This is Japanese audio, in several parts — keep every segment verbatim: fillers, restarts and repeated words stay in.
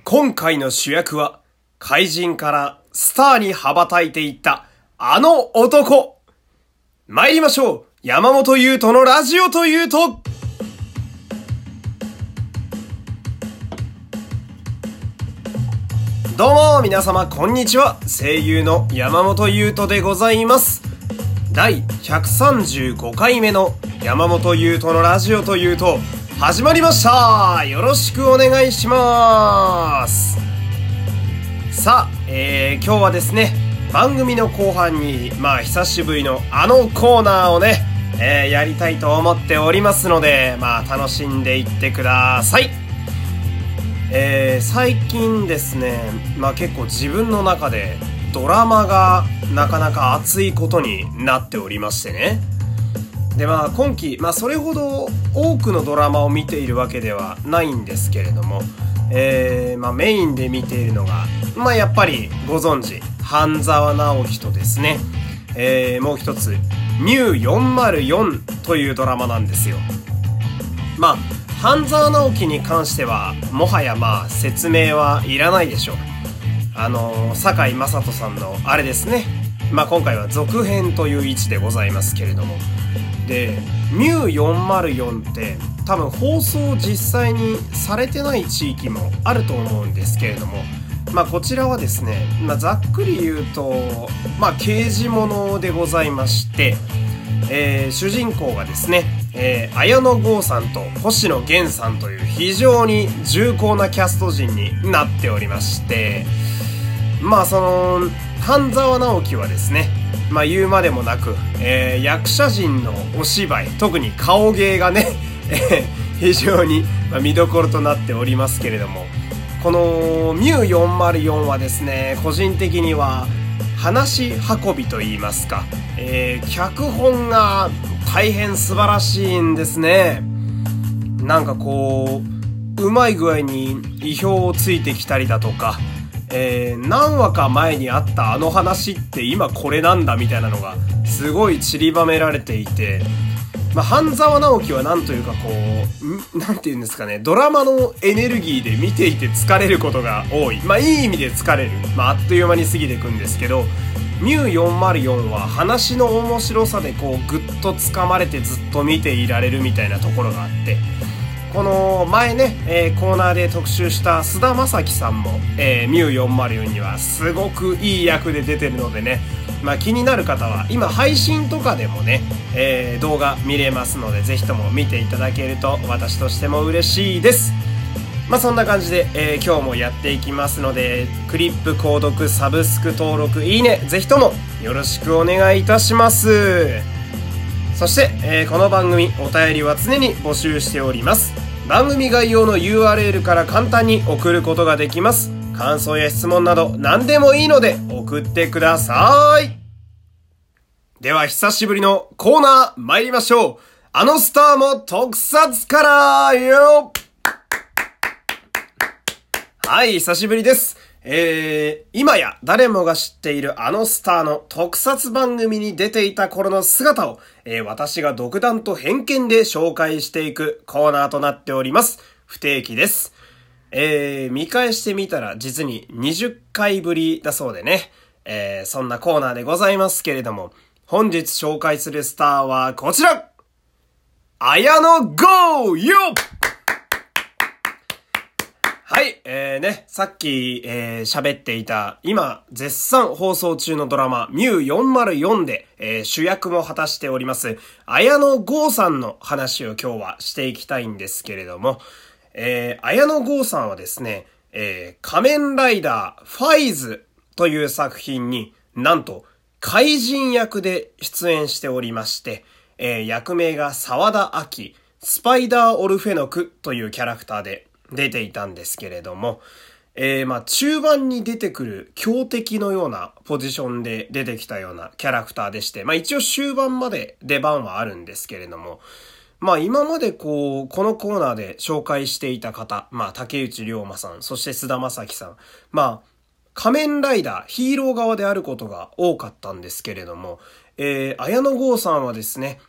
今回の主役は、怪人からスターに羽ばたいていったあの男。参りましょう。山本優斗のラジオというと。どうも皆様こんにちは。声優の山本優斗でございます。だいひゃくさんじゅうごかいめの山本優斗のラジオというと始まりました。よろしくお願いします。さあ、えー、今日はですね、番組の後半にまあ久しぶりのあのコーナーをね、えー、やりたいと思っておりますので、まあ楽しんでいってください。えー、最近ですね、まあ結構自分の中でドラマがなかなか熱いことになっておりましてね。でまあ今期、まあそれほど多くのドラマを見ているわけではないんですけれども、えー、まあメインで見ているのが、まあやっぱりご存知、半沢直樹とですね、えー、もう一つ、ミューよんまるよんというドラマなんですよ。まあ半沢直樹に関してはもはやまあ説明はいらないでしょう。あの堺雅人さんのあれですね。まあ今回は続編という位置でございますけれども、でミューよんまるよんって多分放送実際にされてない地域もあると思うんですけれども、まあこちらはですね、まあ、ざっくり言うとまあ刑事物でございまして、えー、主人公がですね、えー、綾野剛さんと星野源さんという非常に重厚なキャスト陣になっておりまして、まあその半沢直樹はですね、まあ言うまでもなく、えー、役者陣のお芝居、特に顔芸がね非常に見どころとなっておりますけれども、このミューよんまるよんはですね、個人的には話し運びといいますか、えー、脚本が大変素晴らしいんですね。なんかこううまい具合に意表をついてきたりだとか、えー、何話か前にあったあの話って今これなんだみたいなのがすごい散りばめられていて、まあ、半沢直樹はなんというかこう、なんていうんですかね、ドラマのエネルギーで見ていて疲れることが多い。まあいい意味で疲れる。まああっという間に過ぎていくんですけど、ミューよんまるよんは話の面白さでこうぐっと掴まれてずっと見ていられるみたいなところがあって、この前ね、えー、コーナーで特集した菅田将暉さんも、えー、ミューよんまるよんにはすごくいい役で出てるのでね、まあ気になる方は今配信とかでもね、えー、動画見れますのでぜひとも見ていただけると私としても嬉しいです。まあそんな感じで、えー、今日もやっていきますので、クリップ購読、サブスク登録、いいね、ぜひともよろしくお願いいたします。そして、えー、この番組お便りは常に募集しております。番組概要の ユーアールエル から簡単に送ることができます。感想や質問など何でもいいので送ってください。では久しぶりのコーナー参りましょう。あのスターも特撮からよ。はい、久しぶりです。えー、今や誰もが知っているあのスターの特撮番組に出ていた頃の姿を、えー、私が独断と偏見で紹介していくコーナーとなっております。不定期です。えー、見返してみたら実ににじゅっかいぶりだそうでね、えー、そんなコーナーでございますけれども、本日紹介するスターはこちら、綾野剛よ。はい、えーね、さっき、えー、喋っていた、今、絶賛放送中のドラマ、ミューよんまるよんで、えー、主役も果たしております、綾野剛さんの話を今日はしていきたいんですけれども、えー、綾野剛さんはですね、えー、仮面ライダー、ファイズという作品に、なんと、怪人役で出演しておりまして、えー、役名が沢田亜希、スパイダーオルフェノクというキャラクターで、出ていたんですけれども、えー、まあ中盤に出てくる強敵のようなポジションで出てきたようなキャラクターでして、まあ一応終盤まで出番はあるんですけれども、まあ今までこう、このコーナーで紹介していた方、まあ竹内涼真さん、そして菅田将暉さん、まあ仮面ライダー、ヒーロー側であることが多かったんですけれども、えー、綾野剛さんはですね、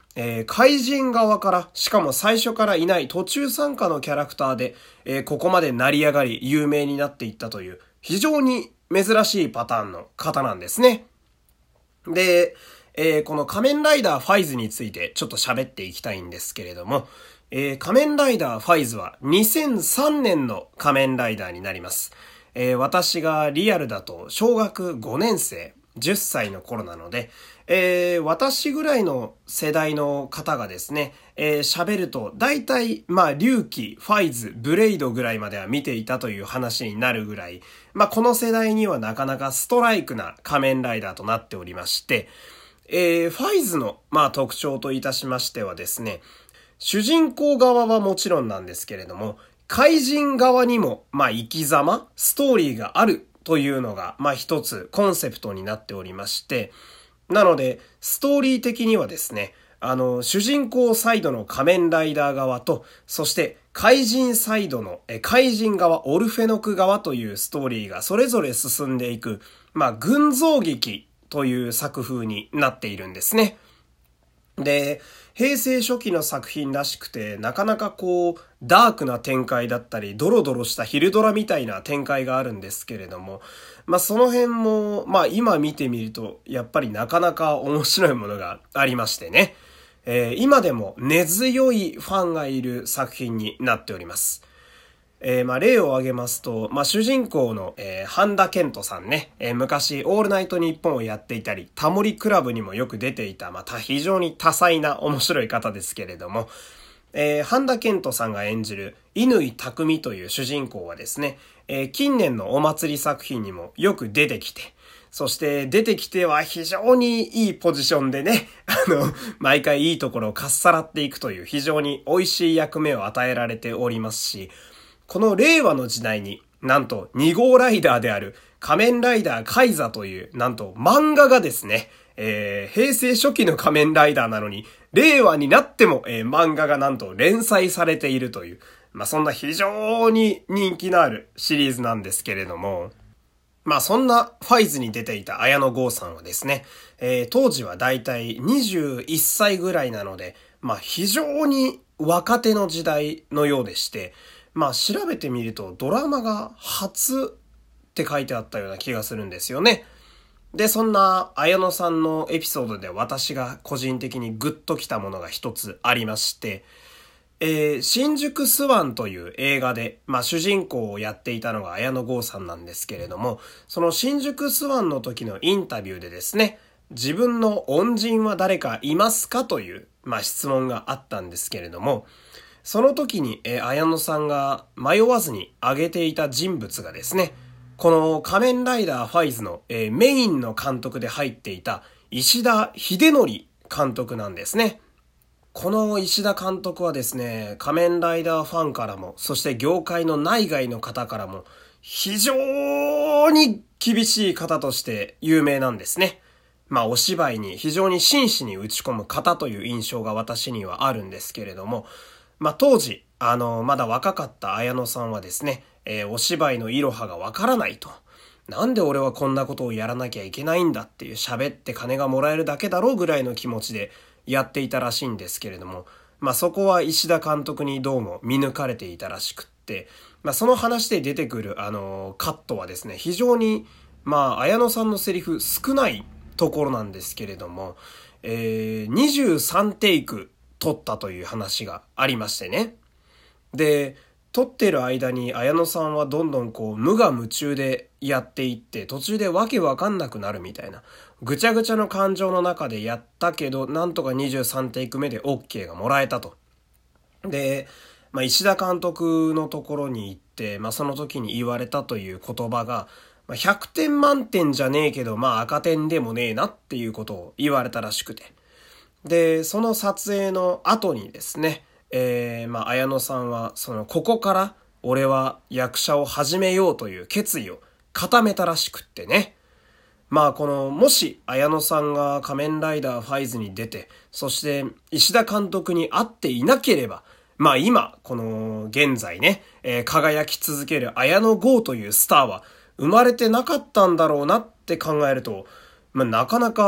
えー、怪人側から、しかも最初からいない途中参加のキャラクターで、えー、ここまで成り上がり有名になっていったという、非常に珍しいパターンの方なんですね。で、えー、この仮面ライダーファイズについてちょっと喋っていきたいんですけれども、えー、仮面ライダーファイズはにせんさんねんの仮面ライダーになります。えー、私がリアルだと小学ごねん生、じゅっさいの頃なので、えー、私ぐらいの世代の方がですね、えー、喋ると大体、まあ、龍騎、ファイズ、ブレイドぐらいまでは見ていたという話になるぐらい、まあ、この世代にはなかなかストライクな仮面ライダーとなっておりまして、えー、ファイズの、まあ、特徴といたしましてはですね、主人公側はもちろんなんですけれども、怪人側にも、まあ、生き様、ストーリーがあるというのが、まあ、一つコンセプトになっておりまして、なので、ストーリー的にはですね、あの、主人公サイドの仮面ライダー側と、そして怪人サイドの、え、怪人側、オルフェノク側というストーリーがそれぞれ進んでいく、まあ、群像劇という作風になっているんですね。で、平成初期の作品らしくて、なかなかこう、ダークな展開だったり、ドロドロした昼ドラみたいな展開があるんですけれども、まあその辺も、まあ今見てみると、やっぱりなかなか面白いものがありましてね。えー、今でも根強いファンがいる作品になっております。えー、まあ例を挙げますと、まあ主人公の、えー、半田健人さんね、えー、昔オールナイトニッポンをやっていたり、タモリクラブにもよく出ていた、まあ非常に多彩な面白い方ですけれども、えー、半田健人さんが演じる乾匠という主人公はですね、えー、近年のお祭り作品にもよく出てきて、そして出てきては非常にいいポジションでね、あの、毎回いいところをかっさらっていくという非常に美味しい役目を与えられておりますし、この令和の時代になんとに号ライダーである仮面ライダーカイザというなんと漫画がですね、えー、平成初期の仮面ライダーなのに令和になっても、えー、漫画がなんと連載されているという、まあそんな非常に人気のあるシリーズなんですけれども、まあそんなファイズに出ていた綾野剛さんはですね、えー、当時はだいたいにじゅういっさいぐらいなので、まあ非常に若手の時代のようでして、まあ調べてみるとドラマが初って書いてあったような気がするんですよね。で、そんな綾野さんのエピソードで私が個人的にグッときたものが一つありまして、えー、新宿スワンという映画で、まあ主人公をやっていたのが綾野剛さんなんですけれども、その新宿スワンの時のインタビューでですね、自分の恩人は誰かいますかという、まあ質問があったんですけれども、その時に、えー、綾野さんが迷わずに挙げていた人物がですね、この仮面ライダーファイズの、えー、メインの監督で入っていた石田秀則監督なんですね。この石田監督はですね、仮面ライダーファンからも、そして業界の内外の方からも、非常に厳しい方として有名なんですね。まあお芝居に非常に真摯に打ち込む方という印象が私にはあるんですけれども、まあ当時、あの、まだ若かった綾野さんはですね、えー、お芝居のイロハがわからないと。なんで俺はこんなことをやらなきゃいけないんだっていう、喋って金がもらえるだけだろうぐらいの気持ちでやっていたらしいんですけれども、まあそこは石田監督にどうも見抜かれていたらしくって、まあその話で出てくるあのカットはですね、非常にまあ綾野さんのセリフ少ないところなんですけれども、えー、にじゅうさんテイク撮ったという話がありましてね。で、撮ってる間に綾野さんはどんどんこう無我夢中でやっていって、途中でわけわかんなくなるみたいな、ぐちゃぐちゃの感情の中でやったけど、なんとかにじゅうさんテイク目で OK がもらえたと。で、まあ、石田監督のところに行って、まあ、その時に言われたという言葉が、まあ、ひゃくてん満点じゃねえけど、まあ赤点でもねえなっていうことを言われたらしくて。で、その撮影の後にですね、えー、まあ、綾野さんは、その、ここから俺は役者を始めようという決意を固めたらしくってね。まあ、この、もし、綾野さんが仮面ライダーファイズに出て、そして石田監督に会っていなければ、まあ今、この、現在ね、えー、輝き続ける綾野剛というスターは生まれてなかったんだろうなって考えると、まあなかなか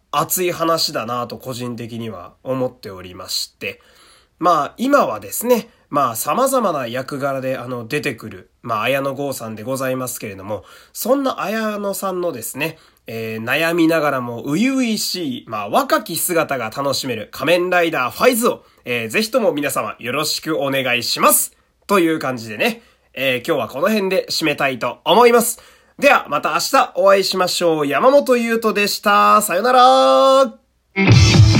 熱い話だなと個人的には思っておりまして、まあ今はですね、まあ様々な役柄であの出てくる、まあ綾野剛さんでございますけれども、そんな綾野さんのですね、えー、悩みながらも初々しい、まあ若き姿が楽しめる仮面ライダーファイズを、えー、ぜひとも皆様よろしくお願いします。という感じでね、えー、今日はこの辺で締めたいと思います。ではまた明日お会いしましょう。山本優斗でした。さよなら。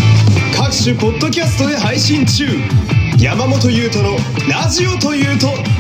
各種ポッドキャストで配信中。山本優斗のラジオというと